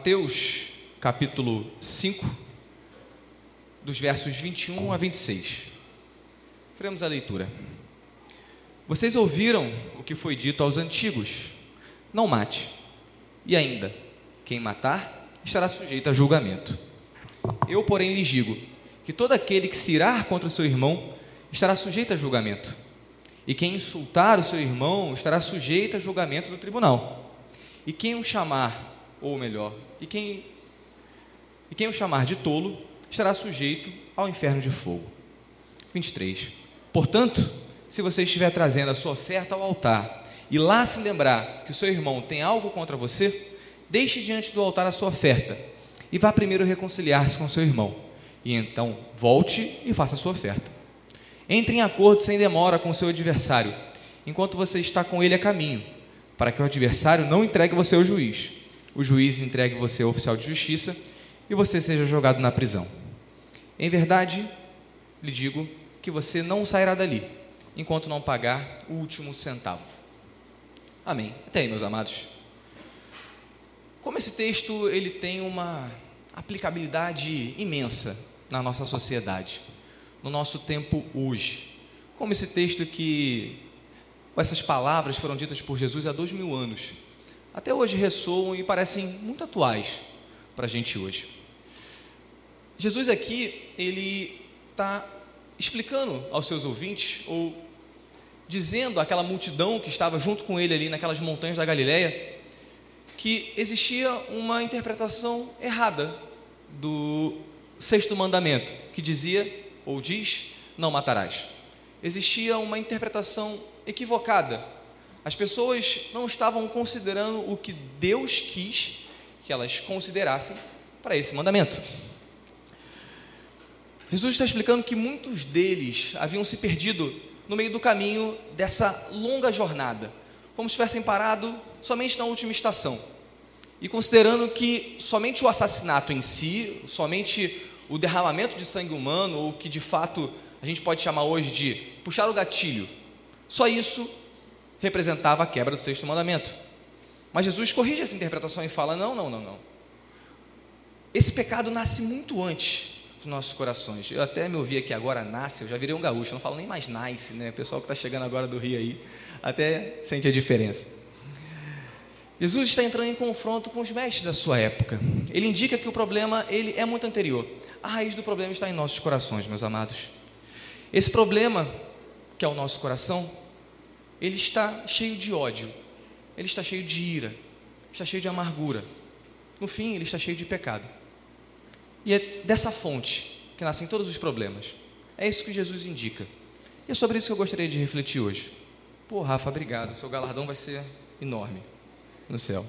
Mateus, capítulo 5, dos versos 21 a 26. Faremos a leitura. Vocês ouviram o que foi dito aos antigos: não mate. E ainda, quem matar estará sujeito a julgamento. Eu, porém, lhes digo que todo aquele que se irar contra o seu irmão estará sujeito a julgamento. E quem insultar o seu irmão estará sujeito a julgamento do tribunal. E quem o chamar, ou melhor, e quem o chamar de tolo estará sujeito ao inferno de fogo. 23. Portanto, se você estiver trazendo a sua oferta ao altar e lá se lembrar que o seu irmão tem algo contra você, deixe diante do altar a sua oferta e vá primeiro reconciliar-se com seu irmão, e então volte e faça a sua oferta. Entre em acordo sem demora com o seu adversário, enquanto você está com ele a caminho, para que o adversário não entregue você ao juiz, o juiz entregue você ao oficial de justiça e você seja jogado na prisão. Em verdade, lhe digo que você não sairá dali, enquanto não pagar o último centavo. Amém. Até aí, meus amados. Como esse texto ele tem uma aplicabilidade imensa na nossa sociedade, no nosso tempo hoje. Como esse texto com essas palavras foram ditas por Jesus há 2000 anos, até hoje ressoam e parecem muito atuais para a gente hoje. Jesus aqui, ele está explicando aos seus ouvintes, ou dizendo àquela multidão que estava junto com ele ali naquelas montanhas da Galileia, que existia uma interpretação errada do sexto mandamento, que dizia, ou diz, não matarás. Existia uma interpretação equivocada. As pessoas não estavam considerando o que Deus quis que elas considerassem para esse mandamento. Jesus está explicando que muitos deles haviam se perdido no meio do caminho dessa longa jornada, como se tivessem parado somente na última estação, e considerando que somente o assassinato em si, somente o derramamento de sangue humano, ou que de fato a gente pode chamar hoje de puxar o gatilho, só isso representava a quebra do sexto mandamento. Mas Jesus corrige essa interpretação e fala: não. Esse pecado nasce muito antes dos nossos corações. Eu até me ouvi aqui agora, nasce, eu já virei um gaúcho, eu não falo nem mais nice, né? O pessoal que está chegando agora do Rio aí, até sente a diferença. Jesus está entrando em confronto com os mestres da sua época. Ele indica que o problema ele é muito anterior. A raiz do problema está em nossos corações, meus amados. Esse problema, que é o nosso coração, ele está cheio de ódio, ele está cheio de ira, está cheio de amargura. No fim, ele está cheio de pecado. E é dessa fonte que nascem todos os problemas. É isso que Jesus indica. E é sobre isso que eu gostaria de refletir hoje. Pô, Rafa, obrigado. O seu galardão vai ser enorme no céu.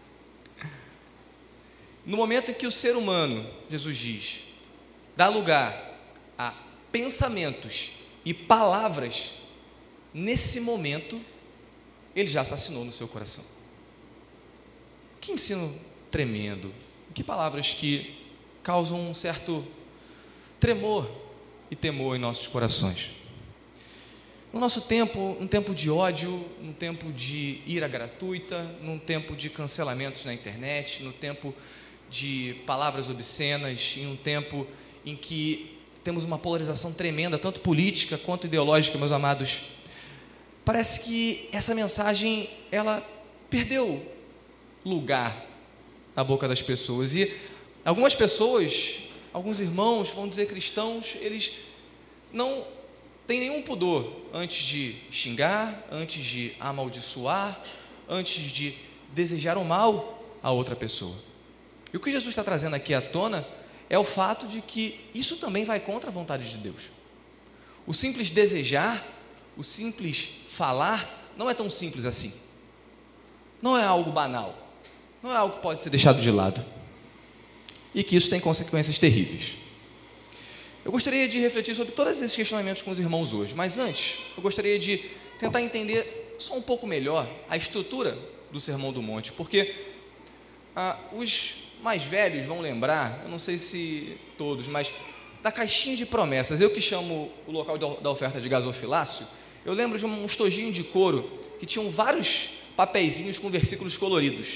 No momento em que o ser humano, Jesus diz, dá lugar a pensamentos e palavras, nesse momento, ele já assassinou no seu coração. Que ensino tremendo. Que palavras que causam um certo tremor e temor em nossos corações. No nosso tempo, um tempo de ódio, um tempo de ira gratuita, num tempo de cancelamentos na internet, no tempo de palavras obscenas, em um tempo em que temos uma polarização tremenda, tanto política quanto ideológica, meus amados, parece que essa mensagem, ela perdeu lugar na boca das pessoas. E algumas pessoas, alguns irmãos, vão dizer cristãos, eles não têm nenhum pudor antes de xingar, antes de amaldiçoar, antes de desejar o mal a outra pessoa. E o que Jesus está trazendo aqui à tona é o fato de que isso também vai contra a vontade de Deus. O simples desejar, o simples falar, não é tão simples assim. Não é algo banal, não é algo que pode ser deixado de lado. E que isso tem consequências terríveis. Eu gostaria de refletir sobre todos esses questionamentos com os irmãos hoje, mas antes, eu gostaria de tentar entender só um pouco melhor a estrutura do Sermão do Monte, porque os mais velhos vão lembrar, eu não sei se todos, mas da caixinha de promessas. Eu que chamo o local da oferta de gasofilácio, eu lembro de um estojinho de couro que tinham vários papeizinhos com versículos coloridos.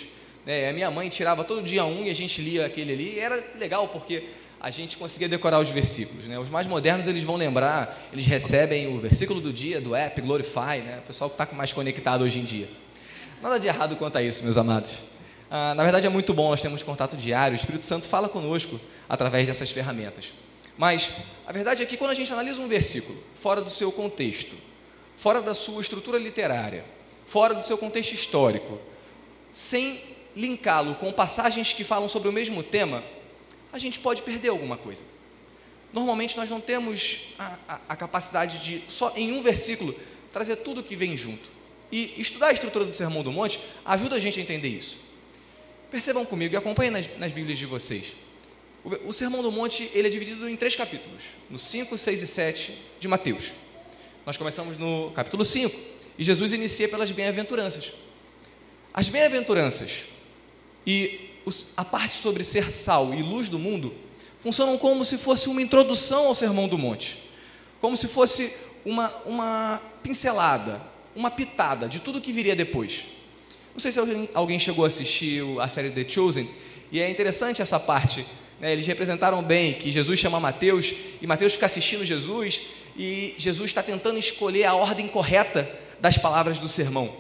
A minha mãe tirava todo dia um e a gente lia aquele ali, e era legal porque a gente conseguia decorar os versículos, né? Os mais modernos, eles vão lembrar, eles recebem o versículo do dia, do app, Glorify, né? O pessoal que está mais conectado hoje em dia. Nada de errado quanto a isso, meus amados. Na verdade, é muito bom, nós temos contato diário, o Espírito Santo fala conosco através dessas ferramentas. Mas a verdade é que quando a gente analisa um versículo fora do seu contexto, fora da sua estrutura literária, fora do seu contexto histórico, sem linká-lo com passagens que falam sobre o mesmo tema, a gente pode perder alguma coisa. Normalmente nós não temos a capacidade de, só em um versículo, trazer tudo que vem junto. E estudar a estrutura do Sermão do Monte ajuda a gente a entender isso. Percebam comigo e acompanhem nas Bíblias de vocês. O Sermão do Monte, ele é dividido em 3 capítulos, no 5, 6 e 7 de Mateus. Nós começamos no capítulo 5, e Jesus inicia pelas bem-aventuranças. As bem-aventuranças e a parte sobre ser sal e luz do mundo funcionam como se fosse uma introdução ao Sermão do Monte, como se fosse uma pincelada, uma pitada de tudo que viria depois. Não sei se alguém chegou a assistir a série The Chosen, e é interessante essa parte, né? Eles representaram bem que Jesus chama Mateus, e Mateus fica assistindo Jesus, e Jesus está tentando escolher a ordem correta das palavras do sermão.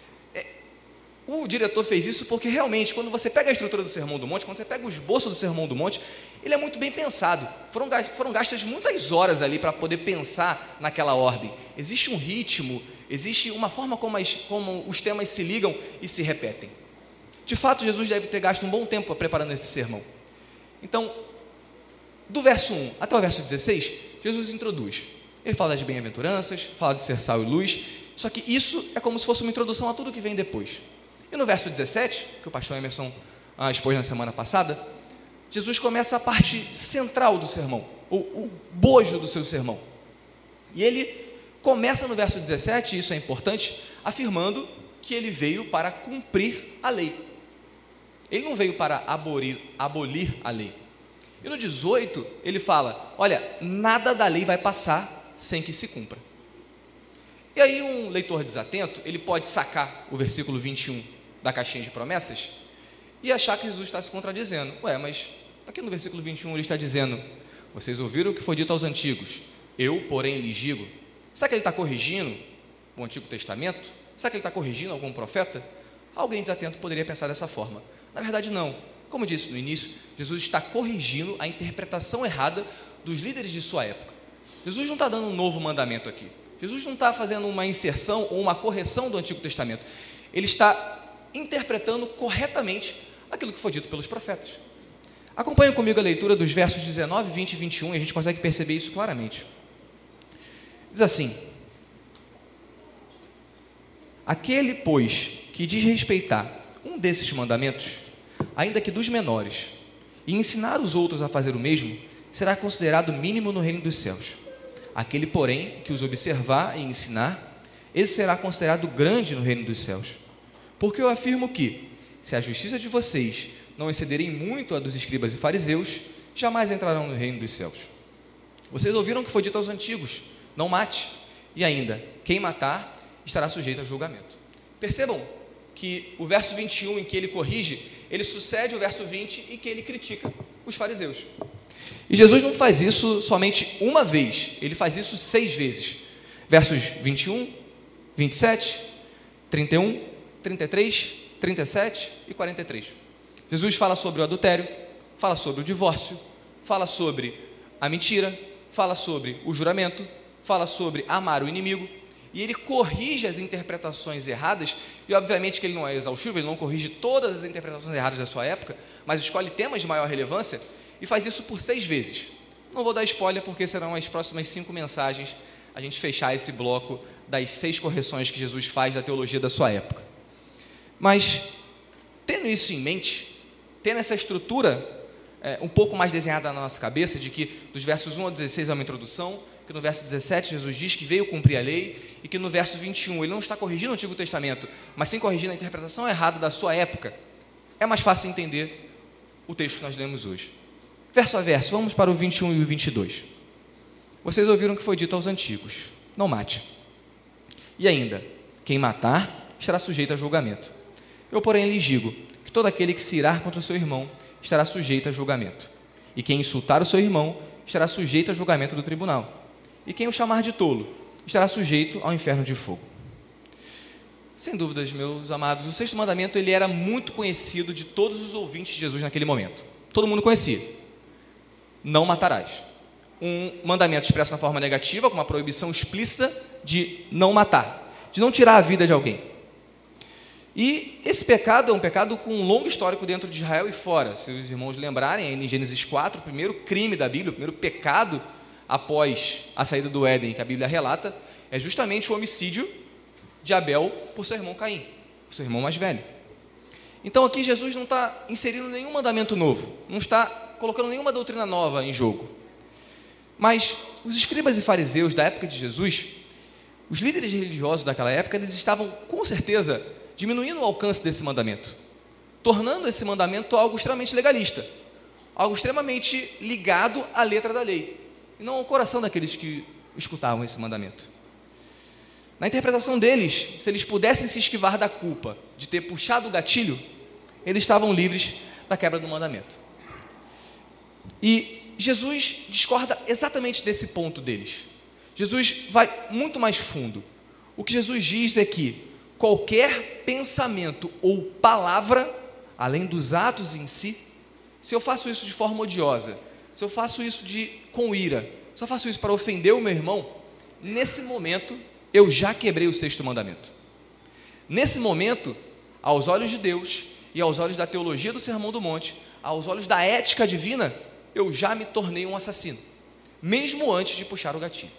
O diretor fez isso porque realmente, quando você pega a estrutura do Sermão do Monte, quando você pega o esboço do Sermão do Monte, ele é muito bem pensado. Foram gastas muitas horas ali para poder pensar naquela ordem. Existe um ritmo, existe uma forma como os temas se ligam e se repetem. De fato, Jesus deve ter gasto um bom tempo preparando esse sermão. Então, do verso 1 até o verso 16, Jesus introduz. Ele fala das bem-aventuranças, fala de ser sal e luz, só que isso é como se fosse uma introdução a tudo que vem depois. E no verso 17, que o pastor Emerson expôs na semana passada, Jesus começa a parte central do sermão, o bojo do seu sermão. E ele começa no verso 17, e isso é importante, afirmando que ele veio para cumprir a lei. Ele não veio para abolir a lei. E no 18, ele fala, olha, nada da lei vai passar sem que se cumpra. E aí um leitor desatento, ele pode sacar o versículo 21 da caixinha de promessas e achar que Jesus está se contradizendo. Mas aqui no versículo 21 ele está dizendo, vocês ouviram o que foi dito aos antigos, eu, porém, lhes digo. Será que ele está corrigindo o Antigo Testamento? Será que ele está corrigindo algum profeta? Alguém desatento poderia pensar dessa forma. Na verdade, não. Como eu disse no início, Jesus está corrigindo a interpretação errada dos líderes de sua época. Jesus não está dando um novo mandamento aqui. Jesus não está fazendo uma inserção ou uma correção do Antigo Testamento. Ele está interpretando corretamente aquilo que foi dito pelos profetas. Acompanhe comigo a leitura dos versos 19, 20 e 21, e a gente consegue perceber isso claramente. Diz assim, aquele, pois, que desrespeitar um desses mandamentos, ainda que dos menores, e ensinar os outros a fazer o mesmo, será considerado mínimo no reino dos céus. Aquele, porém, que os observar e ensinar, esse será considerado grande no reino dos céus. Porque eu afirmo que, se a justiça de vocês não excederem muito a dos escribas e fariseus, jamais entrarão no reino dos céus. Vocês ouviram o que foi dito aos antigos, não mate, e ainda, quem matar estará sujeito a julgamento. Percebam que o verso 21 em que ele corrige, ele sucede o verso 20 em que ele critica os fariseus. E Jesus não faz isso somente uma vez, ele faz isso 6 vezes. Versos 21, 27, 31, 33, 37 e 43. Jesus fala sobre o adultério, fala sobre o divórcio, fala sobre a mentira, fala sobre o juramento, fala sobre amar o inimigo, e ele corrige as interpretações erradas, e obviamente que ele não é exaustivo, ele não corrige todas as interpretações erradas da sua época, mas escolhe temas de maior relevância, e faz isso por 6 vezes. Não vou dar spoiler, porque serão as próximas 5 mensagens, a gente fechar esse bloco das 6 correções que Jesus faz da teologia da sua época. Mas, tendo isso em mente, tendo essa estrutura um pouco mais desenhada na nossa cabeça, de que dos versos 1 ao 16 é uma introdução, que no verso 17 Jesus diz que veio cumprir a lei, e que no verso 21 ele não está corrigindo o Antigo Testamento, mas sim corrigindo a interpretação errada da sua época, é mais fácil entender o texto que nós lemos hoje. Verso a verso, vamos para o 21 e o 22. Vocês ouviram o que foi dito aos antigos, não mate. E ainda, quem matar estará sujeito a julgamento. Eu, porém, lhes digo que todo aquele que se irar contra o seu irmão estará sujeito a julgamento. E quem insultar o seu irmão estará sujeito a julgamento do tribunal. E quem o chamar de tolo estará sujeito ao inferno de fogo. Sem dúvidas, meus amados, o sexto mandamento ele era muito conhecido de todos os ouvintes de Jesus naquele momento. Todo mundo conhecia. Não matarás. Um mandamento expresso na forma negativa, com uma proibição explícita de não matar, de não tirar a vida de alguém. E esse pecado é um pecado com um longo histórico dentro de Israel e fora. Se os irmãos lembrarem, em Gênesis 4, o primeiro crime da Bíblia, o primeiro pecado após a saída do Éden, que a Bíblia relata, é justamente o homicídio de Abel por seu irmão Caim, por seu irmão mais velho. Então aqui Jesus não está inserindo nenhum mandamento novo, não está colocando nenhuma doutrina nova em jogo. Mas os escribas e fariseus da época de Jesus, os líderes religiosos daquela época, eles estavam com certeza diminuindo o alcance desse mandamento, tornando esse mandamento algo extremamente legalista, algo extremamente ligado à letra da lei, e não ao coração daqueles que escutavam esse mandamento. Na interpretação deles, se eles pudessem se esquivar da culpa de ter puxado o gatilho, eles estavam livres da quebra do mandamento. E Jesus discorda exatamente desse ponto deles. Jesus vai muito mais fundo. O que Jesus diz é que qualquer pensamento ou palavra, além dos atos em si, se eu faço isso de forma odiosa, se eu faço isso com ira, se eu faço isso para ofender o meu irmão, nesse momento eu já quebrei o sexto mandamento. Nesse momento, aos olhos de Deus e aos olhos da teologia do Sermão do Monte, aos olhos da ética divina, eu já me tornei um assassino, mesmo antes de puxar o gatilho.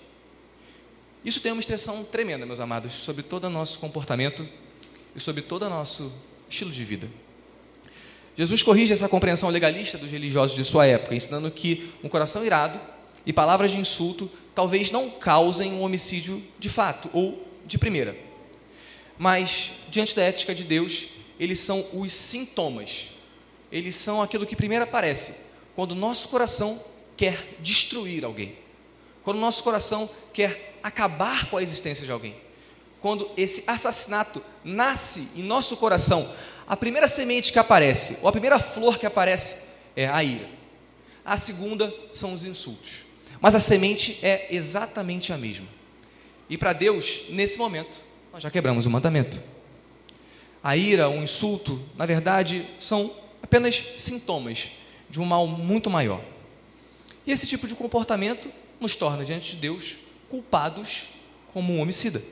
Isso tem uma extensão tremenda, meus amados, sobre todo o nosso comportamento e sobre todo o nosso estilo de vida. Jesus corrige essa compreensão legalista dos religiosos de sua época, ensinando que um coração irado e palavras de insulto talvez não causem um homicídio de fato ou de primeira. Mas, diante da ética de Deus, eles são os sintomas. Eles são aquilo que primeiro aparece quando o nosso coração quer destruir alguém. Quando o nosso coração quer acabar com a existência de alguém. Quando esse assassinato nasce em nosso coração, a primeira semente que aparece, ou a primeira flor que aparece, é a ira. A segunda são os insultos. Mas a semente é exatamente a mesma. E para Deus, nesse momento, nós já quebramos o mandamento. A ira, o insulto, na verdade, são apenas sintomas de um mal muito maior. E esse tipo de comportamento nos torna, diante de Deus, culpados como um homicida.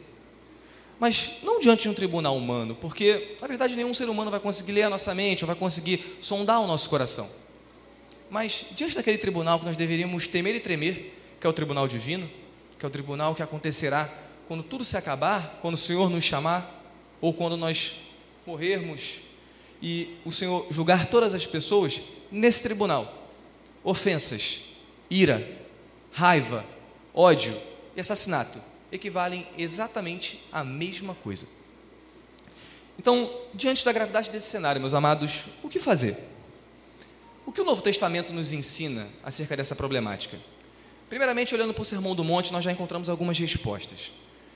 Mas não diante de um tribunal humano, porque, na verdade, nenhum ser humano vai conseguir ler a nossa mente, ou vai conseguir sondar o nosso coração. Mas, diante daquele tribunal que nós deveríamos temer e tremer, que é o tribunal divino, que é o tribunal que acontecerá quando tudo se acabar, quando o Senhor nos chamar, ou quando nós morrermos, e o Senhor julgar todas as pessoas, nesse tribunal, ofensas, ira, raiva, ódio e assassinato equivalem exatamente à mesma coisa. Então, diante da gravidade desse cenário, meus amados, o que fazer? O que o Novo Testamento nos ensina acerca dessa problemática? Primeiramente, olhando para o Sermão do Monte, nós já encontramos algumas respostas.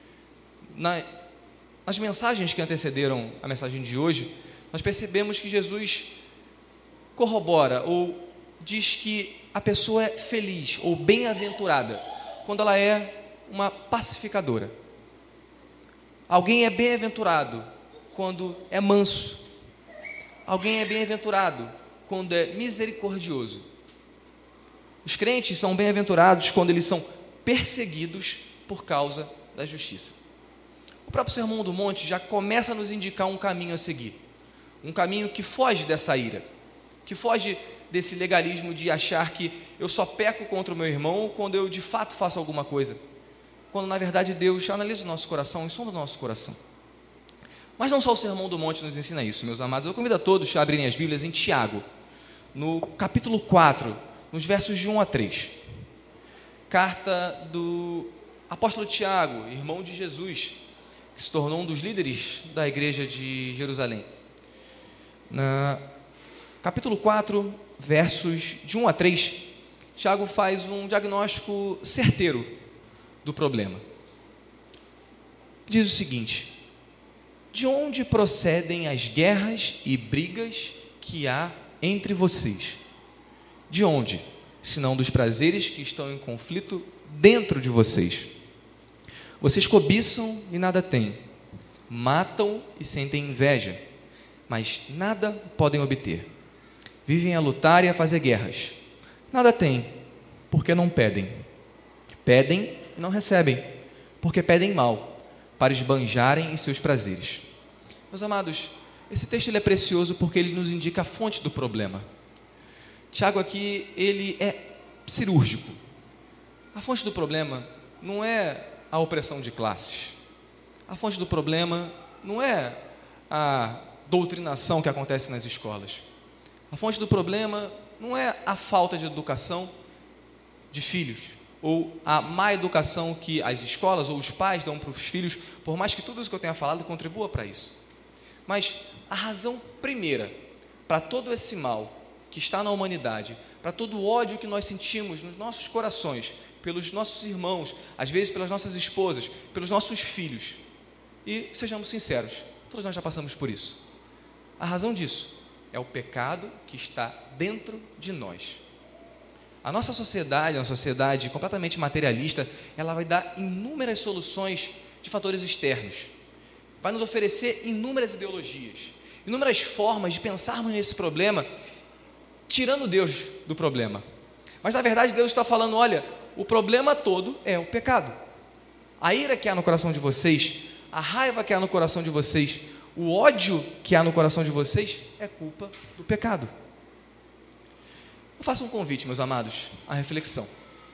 Nas mensagens que antecederam a mensagem de hoje, nós percebemos que Jesus corrobora ou diz que a pessoa é feliz ou bem-aventurada quando ela é uma pacificadora. Alguém é bem-aventurado quando é manso. Alguém é bem-aventurado quando é misericordioso. Os crentes são bem-aventurados quando eles são perseguidos por causa da justiça. O próprio Sermão do Monte já começa a nos indicar um caminho a seguir. Um caminho que foge dessa ira, que foge desse legalismo de achar que eu só peco contra o meu irmão quando eu de fato faço alguma coisa. Quando na verdade Deus analisa o nosso coração e sonda o nosso coração. Mas não só o Sermão do Monte nos ensina isso, meus amados. Eu convido a todos a abrirem as Bíblias em Tiago, no capítulo 4, nos versos de 1 a 3. Carta do apóstolo Tiago, irmão de Jesus, que se tornou um dos líderes da igreja de Jerusalém. Capítulo 4, versos de 1 a 3, Tiago faz um diagnóstico certeiro do problema. Diz o seguinte: de onde procedem as guerras e brigas que há entre vocês? De onde? Senão dos prazeres que estão em conflito dentro de vocês. Vocês cobiçam e nada têm, matam e sentem inveja, mas nada podem obter. Vivem a lutar e a fazer guerras. Nada têm, porque não pedem. Pedem e não recebem, porque pedem mal, para esbanjarem em seus prazeres. Meus amados, esse texto ele é precioso porque ele nos indica a fonte do problema. Tiago aqui, ele é cirúrgico. A fonte do problema não é a opressão de classes. A fonte do problema não é a doutrinação que acontece nas escolas. A fonte do problema não é a falta de educação de filhos, ou a má educação que as escolas ou os pais dão para os filhos, por mais que tudo isso que eu tenha falado contribua para isso. Mas a razão primeira para todo esse mal que está na humanidade, para todo o ódio que nós sentimos nos nossos corações, pelos nossos irmãos, às vezes pelas nossas esposas, pelos nossos filhos, e sejamos sinceros, todos nós já passamos por isso. A razão disso é o pecado que está dentro de nós. A nossa sociedade, uma sociedade completamente materialista, ela vai dar inúmeras soluções de fatores externos. Vai nos oferecer inúmeras ideologias, inúmeras formas de pensarmos nesse problema, tirando Deus do problema. Mas na verdade Deus está falando, olha, o problema todo é o pecado. A ira que há no coração de vocês, a raiva que há no coração de vocês, o ódio que há no coração de vocês é culpa do pecado. Eu faço um convite, meus amados, à reflexão.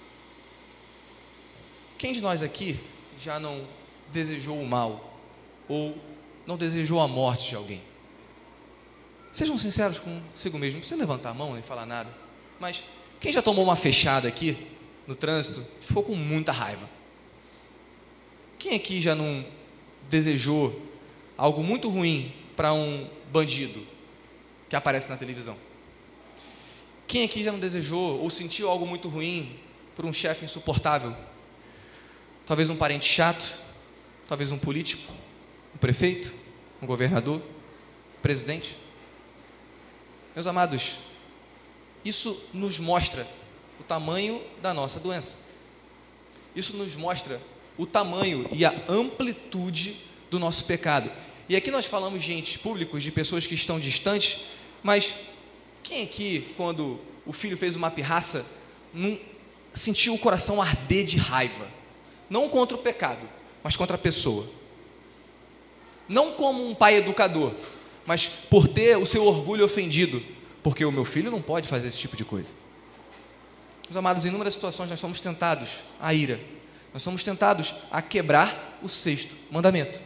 Quem de nós aqui já não desejou o mal ou não desejou a morte de alguém? Sejam sinceros consigo mesmo, não precisa levantar a mão nem falar nada, mas quem já tomou uma fechada aqui no trânsito e ficou com muita raiva? Quem aqui já não desejou algo muito ruim para um bandido que aparece na televisão? Quem aqui já não desejou ou sentiu algo muito ruim por um chefe insuportável? Talvez um parente chato, talvez um político, um prefeito, um governador, um presidente. Meus amados, isso nos mostra o tamanho da nossa doença. Isso nos mostra o tamanho e a amplitude do nosso pecado. E aqui nós falamos de entes públicos, de pessoas que estão distantes, mas quem aqui, quando o filho fez uma pirraça, não sentiu o coração arder de raiva? Não contra o pecado, mas contra a pessoa. Não como um pai educador, mas por ter o seu orgulho ofendido, porque o meu filho não pode fazer esse tipo de coisa. Meus amados, em inúmeras situações nós somos tentados à ira, nós somos tentados a quebrar o 6º mandamento.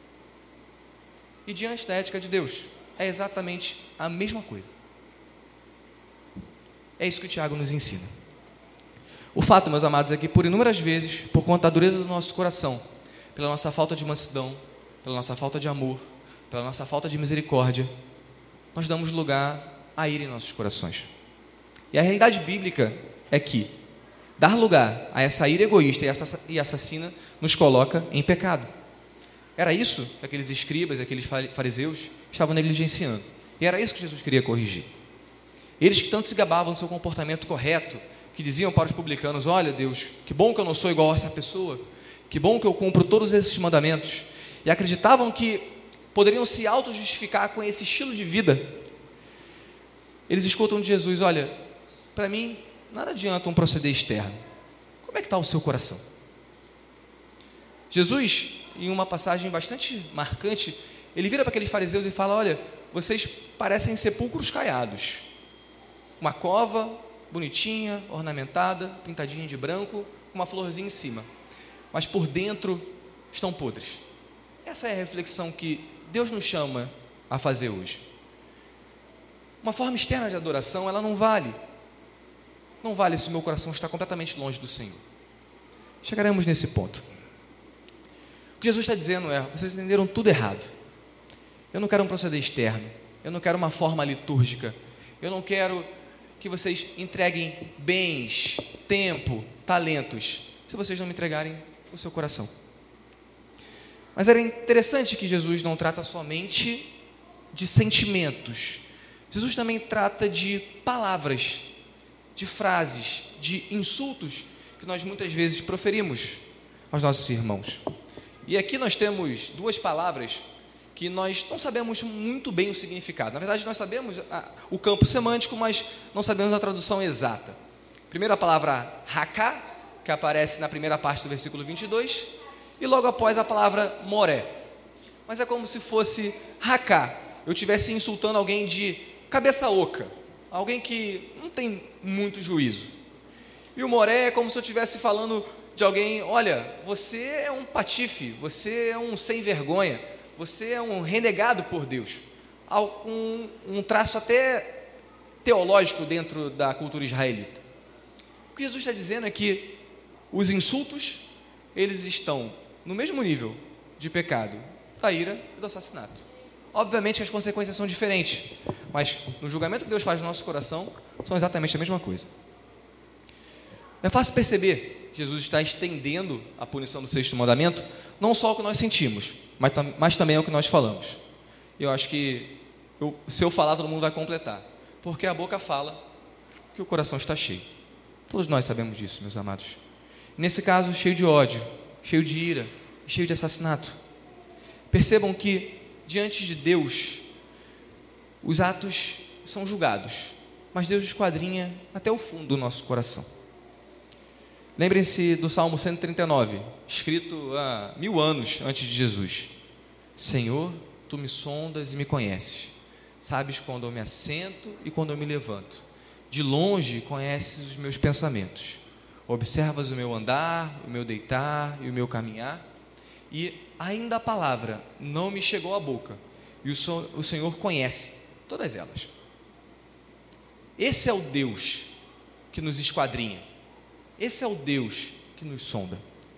E diante da ética de Deus, é exatamente a mesma coisa. É isso que o Tiago nos ensina. O fato, meus amados, é que por inúmeras vezes, por conta da dureza do nosso coração, pela nossa falta de mansidão, pela nossa falta de amor, pela nossa falta de misericórdia, nós damos lugar à ira em nossos corações. E a realidade bíblica é que dar lugar a essa ira egoísta e assassina nos coloca em pecado. Era isso que aqueles escribas, aqueles fariseus estavam negligenciando. E era isso que Jesus queria corrigir. Eles que tanto se gabavam do seu comportamento correto, que diziam para os publicanos, olha Deus, que bom que eu não sou igual a essa pessoa, que bom que eu cumpro todos esses mandamentos, e acreditavam que poderiam se auto-justificar com esse estilo de vida. Eles escutam de Jesus, olha, para mim nada adianta um proceder externo. Como é que está o seu coração? Jesus, em uma passagem bastante marcante, ele vira para aqueles fariseus e fala, olha, vocês parecem sepulcros caiados, uma cova bonitinha, ornamentada, pintadinha de branco, com uma florzinha em cima, mas por dentro estão podres. Essa é a reflexão que Deus nos chama a fazer hoje. Uma forma externa de adoração, ela não vale se o meu coração está completamente longe do Senhor. Chegaremos nesse ponto. O que Jesus está dizendo é, vocês entenderam tudo errado. Eu não quero um proceder externo, eu não quero uma forma litúrgica, eu não quero que vocês entreguem bens, tempo, talentos, se vocês não me entregarem o seu coração. Mas era interessante que Jesus não trata somente de sentimentos. Jesus também trata de palavras, de frases, de insultos que nós muitas vezes proferimos aos nossos irmãos. E aqui nós temos duas palavras que nós não sabemos muito bem o significado. Na verdade, nós sabemos o campo semântico, mas não sabemos a tradução exata. Primeiro a palavra raká, que aparece na primeira parte do versículo 22, e logo após a palavra moré. Mas é como se fosse raká, eu estivesse insultando alguém de cabeça oca, alguém que não tem muito juízo. E o moré é como se eu estivesse falando de alguém, olha, você é um patife, você é um sem vergonha, você é um renegado por Deus. Um traço até teológico dentro da cultura israelita. O que Jesus está dizendo é que os insultos, eles estão no mesmo nível de pecado da ira e do assassinato. Obviamente que as consequências são diferentes, mas no julgamento que Deus faz no nosso coração, são exatamente a mesma coisa. É fácil perceber que Jesus está estendendo a punição do sexto mandamento, não só ao que nós sentimos, mas também ao que nós falamos. Eu acho que, se eu falar, todo mundo vai completar, porque a boca fala que o coração está cheio. Todos nós sabemos disso, meus amados. Nesse caso, cheio de ódio, cheio de ira, cheio de assassinato. Percebam que, diante de Deus, os atos são julgados, mas Deus esquadrinha até o fundo do nosso coração. Lembrem-se do Salmo 139, escrito há 1000 anos antes de Jesus. Senhor, Tu me sondas e me conheces. Sabes quando eu me assento e quando eu me levanto. De longe conheces os meus pensamentos. Observas o meu andar, o meu deitar e o meu caminhar. E ainda a palavra não me chegou à boca. E o Senhor conhece todas elas. Esse é o Deus que nos esquadrinha. Esse é o Deus que nos sonda.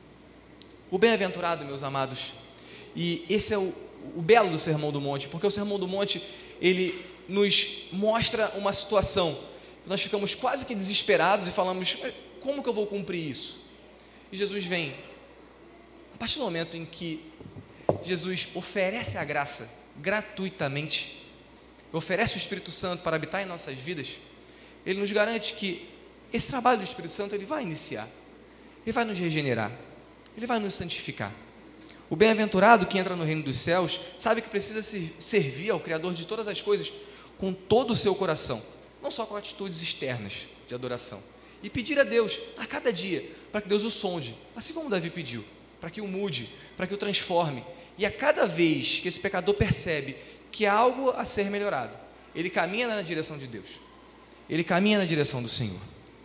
O bem-aventurado, meus amados, e esse é o belo do Sermão do Monte, porque o Sermão do Monte, ele nos mostra uma situação, nós ficamos quase que desesperados e falamos, como que eu vou cumprir isso? E Jesus vem, a partir do momento em que Jesus oferece a graça gratuitamente, oferece o Espírito Santo para habitar em nossas vidas, ele nos garante que esse trabalho do Espírito Santo, ele vai iniciar, ele vai nos regenerar, ele vai nos santificar. O bem-aventurado que entra no reino dos céus, sabe que precisa se servir ao Criador de todas as coisas, com todo o seu coração, não só com atitudes externas de adoração, e pedir a Deus, a cada dia, para que Deus o sonde, assim como Davi pediu, para que o mude, para que o transforme, e a cada vez que esse pecador percebe que há algo a ser melhorado, ele caminha na direção de Deus, ele caminha na direção do Senhor.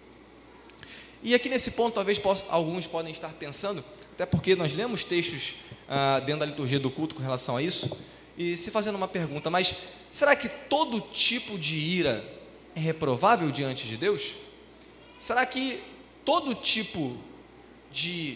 E aqui nesse ponto, talvez alguns podem estar pensando, até porque nós lemos textos dentro da liturgia do culto com relação a isso, e se fazendo uma pergunta, mas será que todo tipo de ira é reprovável diante de Deus? Será que todo tipo de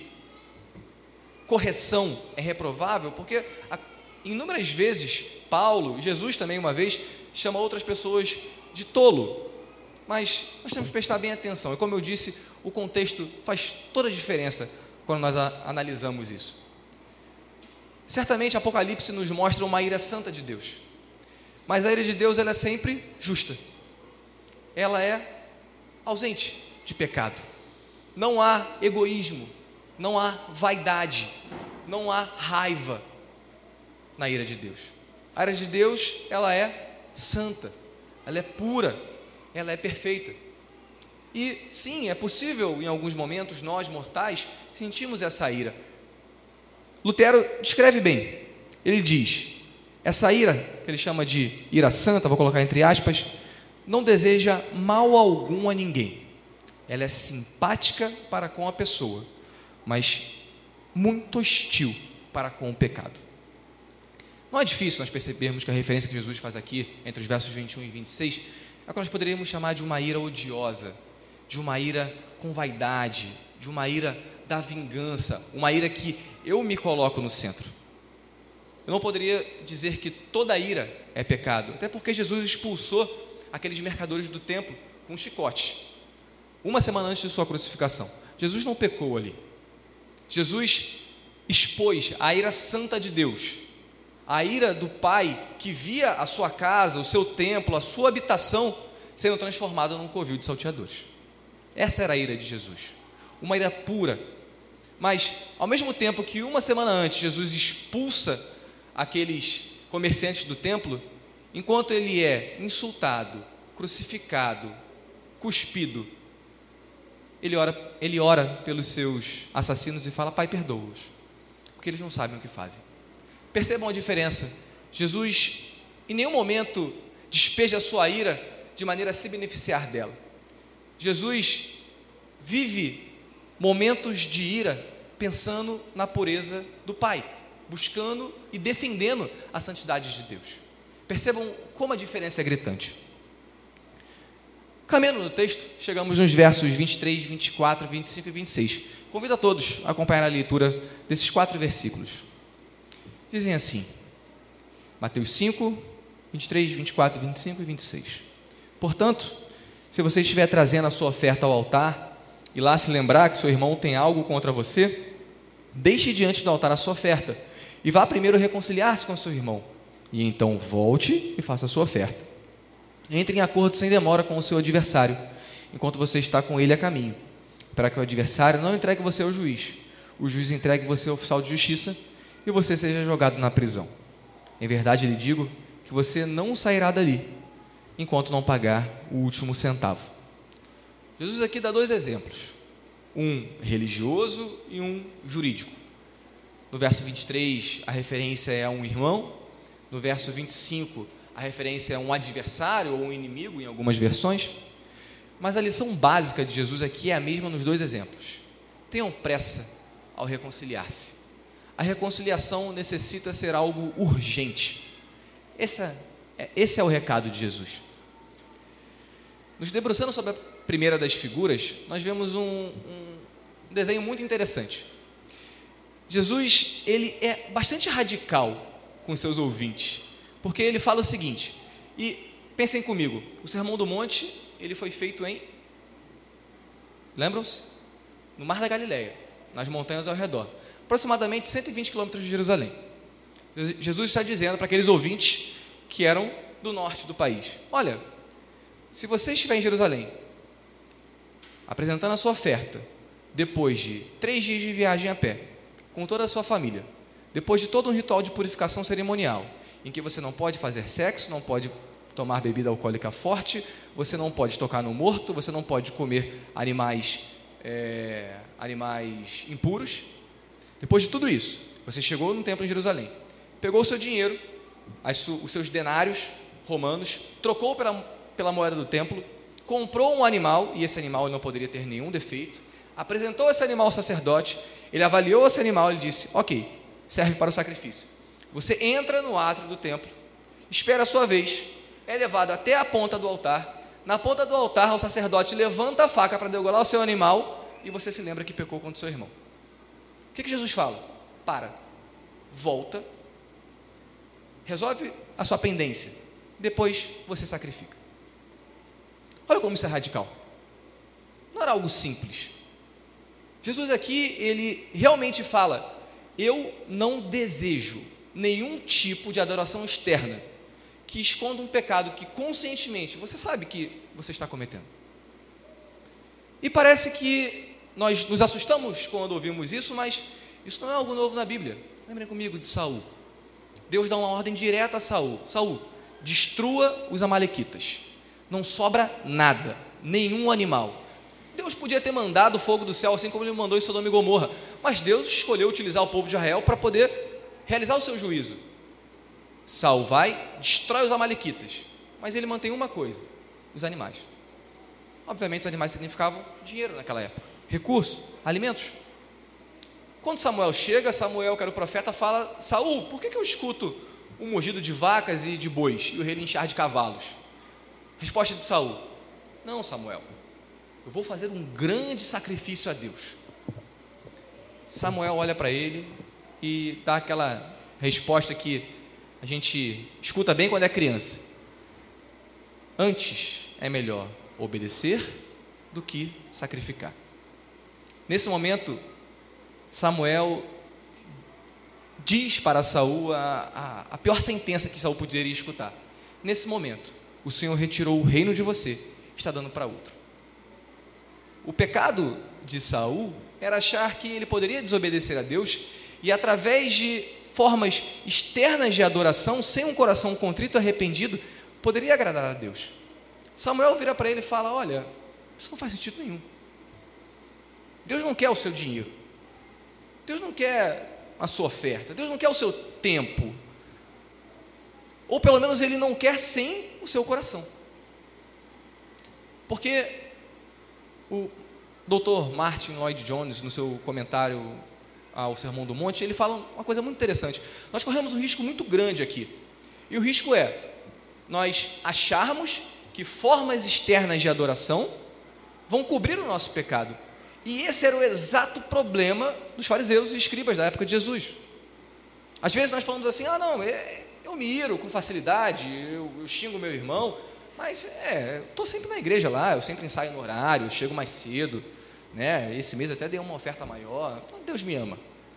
correção é reprovável? Porque inúmeras vezes Paulo, Jesus também uma vez, chama outras pessoas de tolo. Mas nós temos que prestar bem atenção. E como eu disse, o contexto faz toda a diferença quando nós analisamos isso. Certamente Apocalipse nos mostra uma ira santa de Deus. Mas a ira de Deus, ela é sempre justa. Ela é ausente de pecado. Não há egoísmo, não há vaidade, não há raiva na ira de Deus. A ira de Deus, ela é santa, ela é pura, ela é perfeita. E sim, é possível em alguns momentos nós mortais sentimos essa ira. Lutero descreve bem, ele diz, essa ira, que ele chama de ira santa, vou colocar entre aspas, não deseja mal algum a ninguém, ela é simpática para com a pessoa, mas muito hostil para com o pecado. Não é difícil nós percebermos que a referência que Jesus faz aqui, entre os versos 21 e 26, é o que nós poderíamos chamar de uma ira odiosa, de uma ira com vaidade, de uma ira da vingança, uma ira que eu me coloco no centro. Eu não poderia dizer que toda ira é pecado, até porque Jesus expulsou aqueles mercadores do templo com um chicote, uma semana antes de sua crucificação. Jesus não pecou ali. Jesus expôs a ira santa de Deus, a ira do Pai que via a sua casa, o seu templo, a sua habitação sendo transformada num covil de salteadores. Essa era a ira de Jesus, uma ira pura. Mas, ao mesmo tempo que uma semana antes Jesus expulsa aqueles comerciantes do templo, enquanto ele é insultado, crucificado, cuspido, ele ora pelos seus assassinos e fala: Pai, perdoa-os, porque eles não sabem o que fazem. Percebam a diferença. Jesus em nenhum momento despeja a sua ira de maneira a se beneficiar dela. Jesus vive momentos de ira pensando na pureza do Pai, buscando e defendendo a santidade de Deus. Percebam como a diferença é gritante. Caminhando no texto, chegamos nos versos 23, 24, 25 e 26. Convido a todos a acompanhar a leitura desses 4 versículos. Dizem assim, Mateus 5, 23, 24, 25 e 26. Portanto, se você estiver trazendo a sua oferta ao altar, e lá se lembrar que seu irmão tem algo contra você, deixe diante do altar a sua oferta, e vá primeiro reconciliar-se com seu irmão, e então volte e faça a sua oferta. Entre em acordo sem demora com o seu adversário, enquanto você está com ele a caminho, para que o adversário não entregue você ao juiz, o juiz entregue você ao oficial de justiça, e você seja jogado na prisão. Em verdade lhe digo que você não sairá dali, enquanto não pagar o último centavo. Jesus aqui dá 2 exemplos, um religioso e um jurídico. No verso 23, a referência é a um irmão. No verso 25, a referência é a um adversário ou um inimigo, em algumas versões. Mas a lição básica de Jesus aqui é a mesma nos 2 exemplos. Tenham pressa ao reconciliar-se. A reconciliação necessita ser algo urgente. Esse é o recado de Jesus. Nos debruçando sobre a primeira das figuras, nós vemos um desenho muito interessante. Jesus, ele é bastante radical com seus ouvintes, porque ele fala o seguinte, e pensem comigo, o Sermão do Monte, ele foi feito lembram-se? No Mar da Galileia, nas montanhas ao redor, aproximadamente 120 quilômetros de Jerusalém. Jesus está dizendo para aqueles ouvintes que eram do norte do país: olha, se você estiver em Jerusalém, apresentando a sua oferta, depois de 3 dias de viagem a pé, com toda a sua família, depois de todo um ritual de purificação cerimonial, em que você não pode fazer sexo, não pode tomar bebida alcoólica forte, você não pode tocar no morto, você não pode comer animais impuros. Depois de tudo isso, você chegou no templo em Jerusalém, pegou o seu dinheiro, os seus denários romanos, trocou pela moeda do templo, comprou um animal, e esse animal não poderia ter nenhum defeito, apresentou esse animal ao sacerdote, ele avaliou esse animal e disse: ok, serve para o sacrifício. Você entra no átrio do templo, espera a sua vez, é levado até a ponta do altar. Na ponta do altar, o sacerdote levanta a faca para degolar o seu animal, e você se lembra que pecou contra o seu irmão. O que Jesus fala? Para, volta, resolve a sua pendência, depois você sacrifica. Olha como isso é radical. Não era algo simples. Jesus aqui, ele realmente fala: eu não desejo nenhum tipo de adoração externa que esconda um pecado que conscientemente você sabe que você está cometendo. E parece que nós nos assustamos quando ouvimos isso, mas isso não é algo novo na Bíblia. Lembrem comigo de Saul. Deus dá uma ordem direta a Saul: Saul, destrua os amalequitas. Não sobra nada, nenhum animal. Deus podia ter mandado fogo do céu, assim como ele mandou em Sodoma e Gomorra, mas Deus escolheu utilizar o povo de Israel para poder realizar o seu juízo. Saul vai, destrói os amalequitas, mas ele mantém uma coisa: os animais. Obviamente os animais significavam dinheiro naquela época, recurso, alimentos. Quando Samuel chega, Samuel, que era o profeta, fala: Saul, por que eu escuto um mugido de vacas e de bois e o relinchar de cavalos? Resposta de Saul: não, Samuel, eu vou fazer um grande sacrifício a Deus. Samuel olha para ele e dá aquela resposta que a gente escuta bem quando é criança: antes é melhor obedecer do que sacrificar. Nesse momento, Samuel diz para Saul a pior sentença que Saul poderia escutar. Nesse momento, o Senhor retirou o reino de você, está dando para outro. O pecado de Saul era achar que ele poderia desobedecer a Deus e, através de formas externas de adoração, sem um coração contrito e arrependido, poderia agradar a Deus. Samuel vira para ele e fala: olha, isso não faz sentido nenhum. Deus não quer o seu dinheiro, Deus não quer a sua oferta, Deus não quer o seu tempo, ou pelo menos Ele não quer sem o seu coração. Porque o Dr. Martin Lloyd Jones, no seu comentário ao Sermão do Monte, ele fala uma coisa muito interessante. Nós corremos um risco muito grande aqui, e o risco é nós acharmos que formas externas de adoração vão cobrir o nosso pecado. E esse era o exato problema dos fariseus e escribas da época de Jesus. Às vezes nós falamos assim: não, eu me iro com facilidade, eu xingo meu irmão, mas estou sempre na igreja lá, eu sempre ensaio no horário, eu chego mais cedo, né? Esse mês até dei uma oferta maior, então Deus me ama.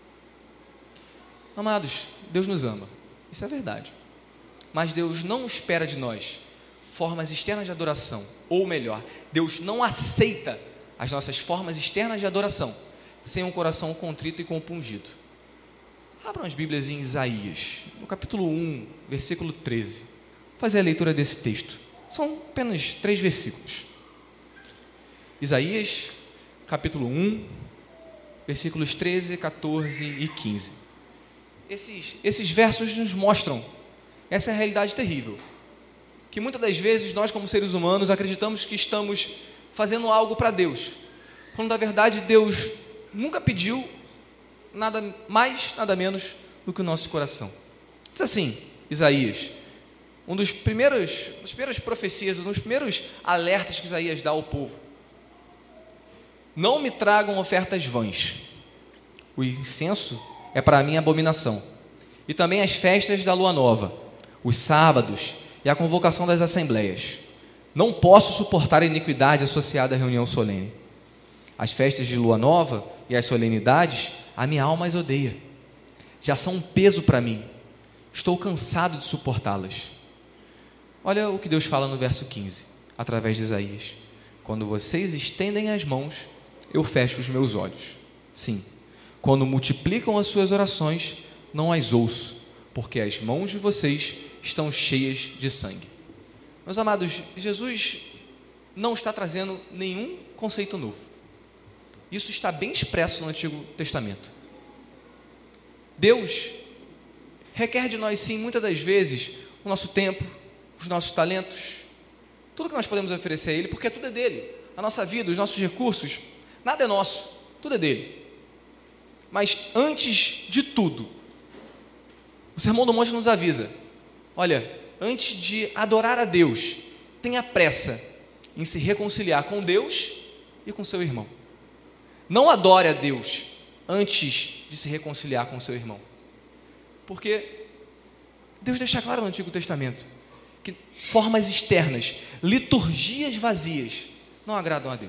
Amados, Deus nos ama, isso é verdade, mas Deus não espera de nós formas externas de adoração, ou melhor, Deus não aceita as nossas formas externas de adoração sem um coração contrito e compungido. Abram as Bíblias em Isaías, no capítulo 1, versículo 13. Vou fazer a leitura desse texto. São apenas 3 versículos. Isaías, capítulo 1, versículos 13, 14 e 15. Esses versos nos mostram essa realidade terrível, que muitas das vezes nós, como seres humanos, acreditamos que estamos fazendo algo para Deus, quando na verdade Deus nunca pediu nada mais, nada menos do que o nosso coração. Diz assim, Isaías, das primeiras profecias, um dos primeiros alertas que Isaías dá ao povo: não me tragam ofertas vãs, o incenso é para mim abominação, e também as festas da lua nova, os sábados e a convocação das assembleias. Não posso suportar a iniquidade associada à reunião solene. As festas de lua nova e as solenidades, a minha alma as odeia. Já são um peso para mim. Estou cansado de suportá-las. Olha o que Deus fala no verso 15, através de Isaías: quando vocês estendem as mãos, eu fecho os meus olhos. Sim, quando multiplicam as suas orações, não as ouço, porque as mãos de vocês estão cheias de sangue. Meus amados, Jesus não está trazendo nenhum conceito novo. Isso está bem expresso no Antigo Testamento. Deus requer de nós, sim, muitas das vezes, o nosso tempo, os nossos talentos, tudo que nós podemos oferecer a Ele, porque tudo é dele. A nossa vida, os nossos recursos, nada é nosso, tudo é dele. Mas antes de tudo, o Sermão do Monte nos avisa: olha, antes de adorar a Deus, tenha pressa em se reconciliar com Deus e com seu irmão. Não adore a Deus antes de se reconciliar com seu irmão, porque Deus deixa claro no Antigo Testamento que formas externas, liturgias vazias, não agradam a Deus.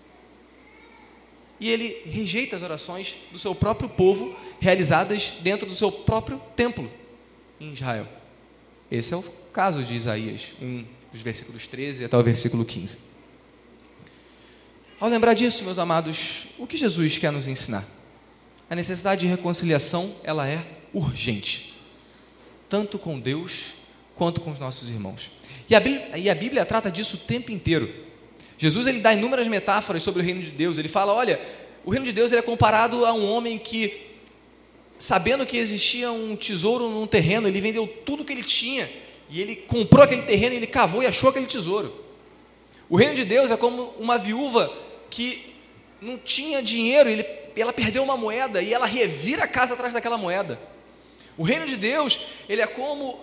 E Ele rejeita as orações do seu próprio povo, realizadas dentro do seu próprio templo em Israel. Esse é o caso de Isaías 1, dos versículos 13 até o versículo 15. Ao lembrar disso, meus amados, o que Jesus quer nos ensinar? A necessidade de reconciliação, ela é urgente, tanto com Deus quanto com os nossos irmãos. E a Bíblia trata disso o tempo inteiro. Jesus, ele dá inúmeras metáforas sobre o reino de Deus. Ele fala: olha, o reino de Deus, ele é comparado a um homem que, sabendo que existia um tesouro num terreno, ele vendeu tudo que ele tinha, e ele comprou aquele terreno, e ele cavou e achou aquele tesouro. O reino de Deus é como uma viúva que não tinha dinheiro, ela perdeu uma moeda, e ela revira a casa atrás daquela moeda. O reino de Deus, ele é como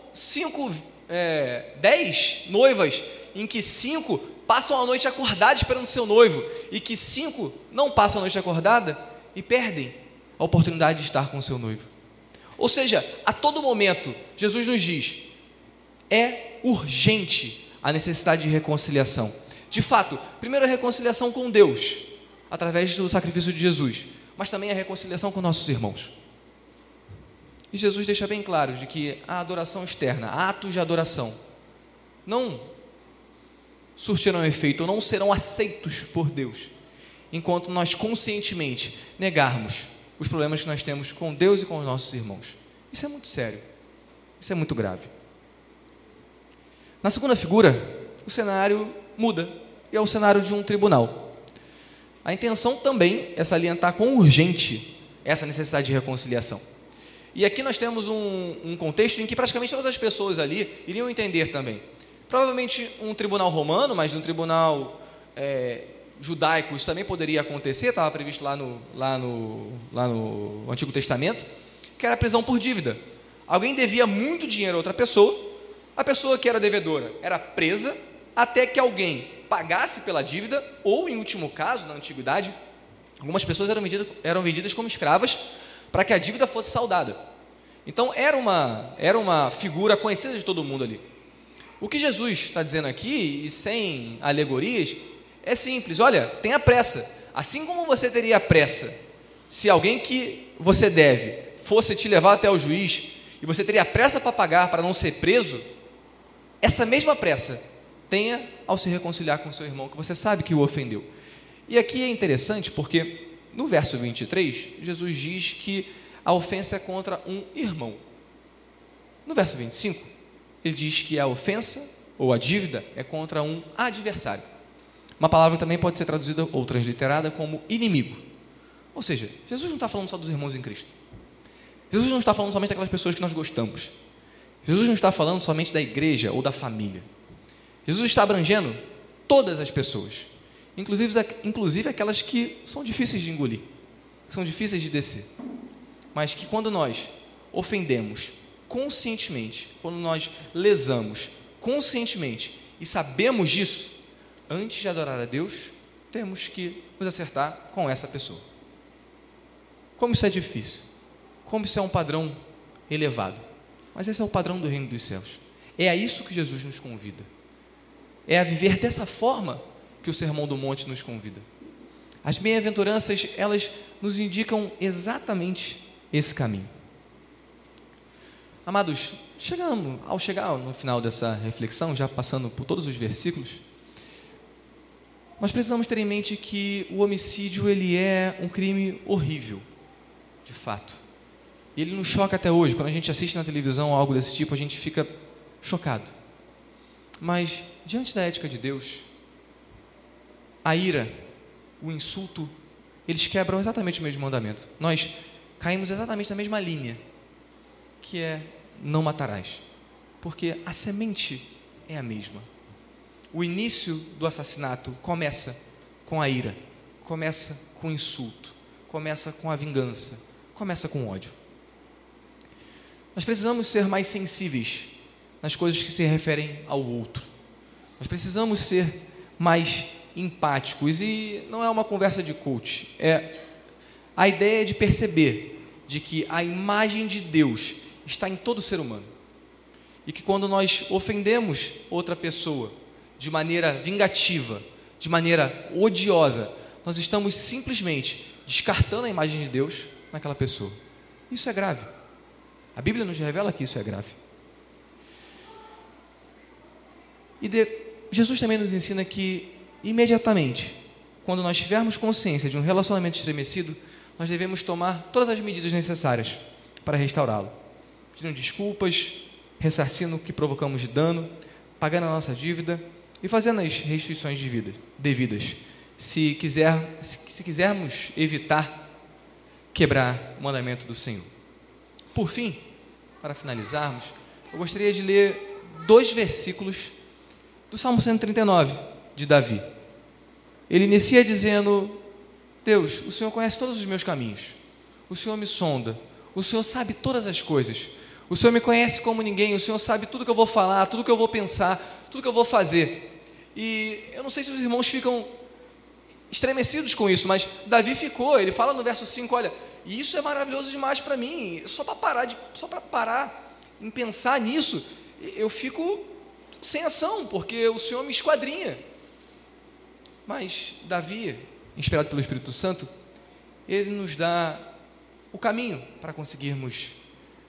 10 noivas, em que 5 passam a noite acordada esperando seu noivo, e que 5 não passam a noite acordada e perdem a oportunidade de estar com o seu noivo. Ou seja, a todo momento, Jesus nos diz: é urgente a necessidade de reconciliação. De fato, primeiro a reconciliação com Deus, através do sacrifício de Jesus, mas também a reconciliação com nossos irmãos. E Jesus deixa bem claro de que a adoração externa, atos de adoração, não surtirão efeito, ou não serão aceitos por Deus, enquanto nós conscientemente negarmos os problemas que nós temos com Deus e com os nossos irmãos. Isso é muito sério, isso é muito grave. Na segunda figura, o cenário muda, e é o cenário de um tribunal. A intenção também é salientar quão urgente essa necessidade de reconciliação. E aqui nós temos um contexto em que praticamente todas as pessoas ali iriam entender também. Provavelmente um tribunal romano, mas um tribunal judaico, isso também poderia acontecer, estava previsto lá no Antigo Testamento, que era a prisão por dívida. Alguém devia muito dinheiro a outra pessoa, a pessoa que era devedora era presa até que alguém pagasse pela dívida, ou em último caso, na antiguidade, algumas pessoas eram vendidas como escravas para que a dívida fosse saldada. Então era uma figura conhecida de todo mundo ali. O que Jesus está dizendo aqui, e sem alegorias, é simples. Olha, tenha pressa. Assim como você teria pressa se alguém que você deve fosse te levar até o juiz, e você teria pressa para pagar, para não ser preso, essa mesma pressa tenha ao se reconciliar com seu irmão, que você sabe que o ofendeu. E aqui é interessante porque no verso 23, Jesus diz que a ofensa é contra um irmão. No verso 25, ele diz que a ofensa ou a dívida é contra um adversário. Uma palavra também pode ser traduzida ou transliterada como inimigo. Ou seja, Jesus não está falando só dos irmãos em Cristo. Jesus não está falando somente daquelas pessoas que nós gostamos. Jesus não está falando somente da igreja ou da família. Jesus está abrangendo todas as pessoas, inclusive aquelas que são difíceis de engolir, são difíceis de descer, mas que quando nós ofendemos conscientemente, quando nós lesamos conscientemente e sabemos disso, antes de adorar a Deus, temos que nos acertar com essa pessoa. Como isso é difícil, como isso é um padrão elevado, mas esse é o padrão do reino dos céus. É a isso que Jesus nos convida. É a viver dessa forma que o Sermão do Monte nos convida. As bem-aventuranças, elas nos indicam exatamente esse caminho. Amados, ao chegar no final dessa reflexão, já passando por todos os versículos, nós precisamos ter em mente que o homicídio, ele é um crime horrível, de fato. Ele nos choca até hoje. Quando a gente assiste na televisão algo desse tipo, a gente fica chocado. Mas, diante da ética de Deus, a ira, o insulto, eles quebram exatamente o mesmo mandamento. Nós caímos exatamente na mesma linha, que é não matarás, porque a semente é a mesma. O início do assassinato começa com a ira, começa com o insulto, começa com a vingança, começa com o ódio. Nós precisamos ser mais sensíveis nas coisas que se referem ao outro. Nós precisamos ser mais empáticos, e não é uma conversa de coach, a ideia de perceber de que a imagem de Deus está em todo ser humano, e que quando nós ofendemos outra pessoa de maneira vingativa, de maneira odiosa, nós estamos simplesmente descartando a imagem de Deus naquela pessoa. Isso é grave. A Bíblia nos revela que isso é grave. Jesus também nos ensina que, imediatamente, quando nós tivermos consciência de um relacionamento estremecido, nós devemos tomar todas as medidas necessárias para restaurá-lo, pedindo desculpas, ressarcindo o que provocamos de dano, pagando a nossa dívida e fazendo as restituições devidas, se quisermos evitar quebrar o mandamento do Senhor. Por fim, para finalizarmos, eu gostaria de ler 2 versículos do Salmo 139, de Davi. Ele inicia dizendo: Deus, o Senhor conhece todos os meus caminhos, o Senhor me sonda, o Senhor sabe todas as coisas, o Senhor me conhece como ninguém, o Senhor sabe tudo que eu vou falar, tudo que eu vou pensar, tudo que eu vou fazer. E eu não sei se os irmãos ficam estremecidos com isso, mas Davi ficou. Ele fala no verso 5, olha, e isso é maravilhoso demais para mim, só para parar em pensar nisso, eu fico sem ação, porque o Senhor me esquadrinha. Mas Davi, inspirado pelo Espírito Santo, ele nos dá o caminho para conseguirmos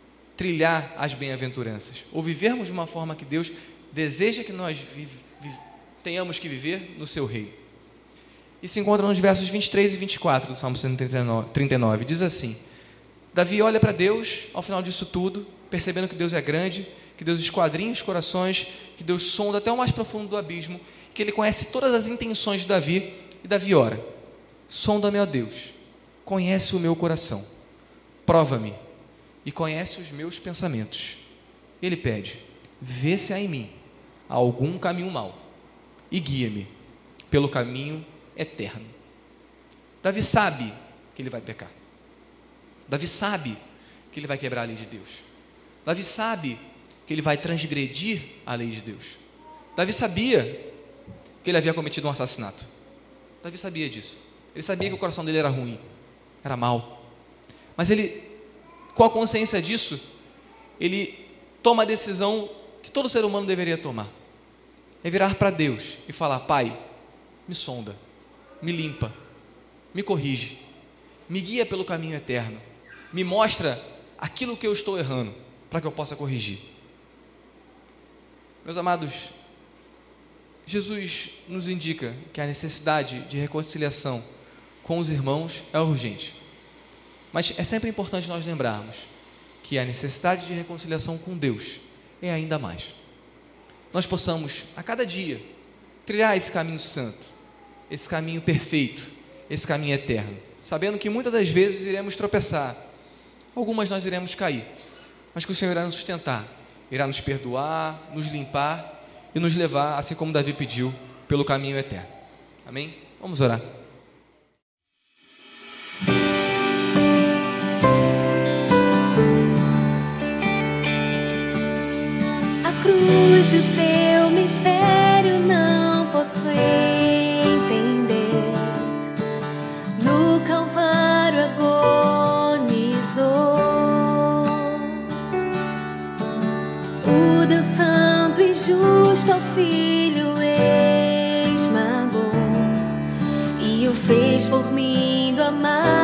trilhar as bem-aventuranças, ou vivermos de uma forma que Deus deseja que nós tenhamos que viver no seu reino. E se encontra nos versos 23 e 24 do Salmo 139. Diz assim: Davi olha para Deus ao final disso tudo, percebendo que Deus é grande, que Deus esquadrinha os corações, que Deus sonda até o mais profundo do abismo, que Ele conhece todas as intenções de Davi, e Davi ora: sonda-me, ó Deus, conhece o meu coração, prova-me e conhece os meus pensamentos. Ele pede: vê se há em mim algum caminho mau e guia-me pelo caminho eterno. Davi sabe que ele vai pecar. Davi sabe que ele vai quebrar a lei de Deus. Davi sabe que ele vai transgredir a lei de Deus. Davi sabia que ele havia cometido um assassinato. Davi sabia disso. Ele sabia que o coração dele era ruim, era mau. Mas ele, com a consciência disso, ele toma a decisão que todo ser humano deveria tomar. É virar para Deus e falar: Pai, me sonda, me limpa, me corrige, me guia pelo caminho eterno, me mostra aquilo que eu estou errando, para que eu possa corrigir. Meus amados, Jesus nos indica que a necessidade de reconciliação com os irmãos é urgente. Mas é sempre importante nós lembrarmos que a necessidade de reconciliação com Deus é ainda mais. Nós possamos, a cada dia, trilhar esse caminho santo, esse caminho perfeito, esse caminho eterno, sabendo que muitas das vezes iremos tropeçar, algumas nós iremos cair, mas que o Senhor irá nos sustentar, irá nos perdoar, nos limpar e nos levar, assim como Davi pediu, pelo caminho eterno. Amém? Vamos orar. A cruz e o seu mistério não posso entender. No Calvário agonizou o Deus santo e justo ao Filho esmagou e o fez por mim do amar.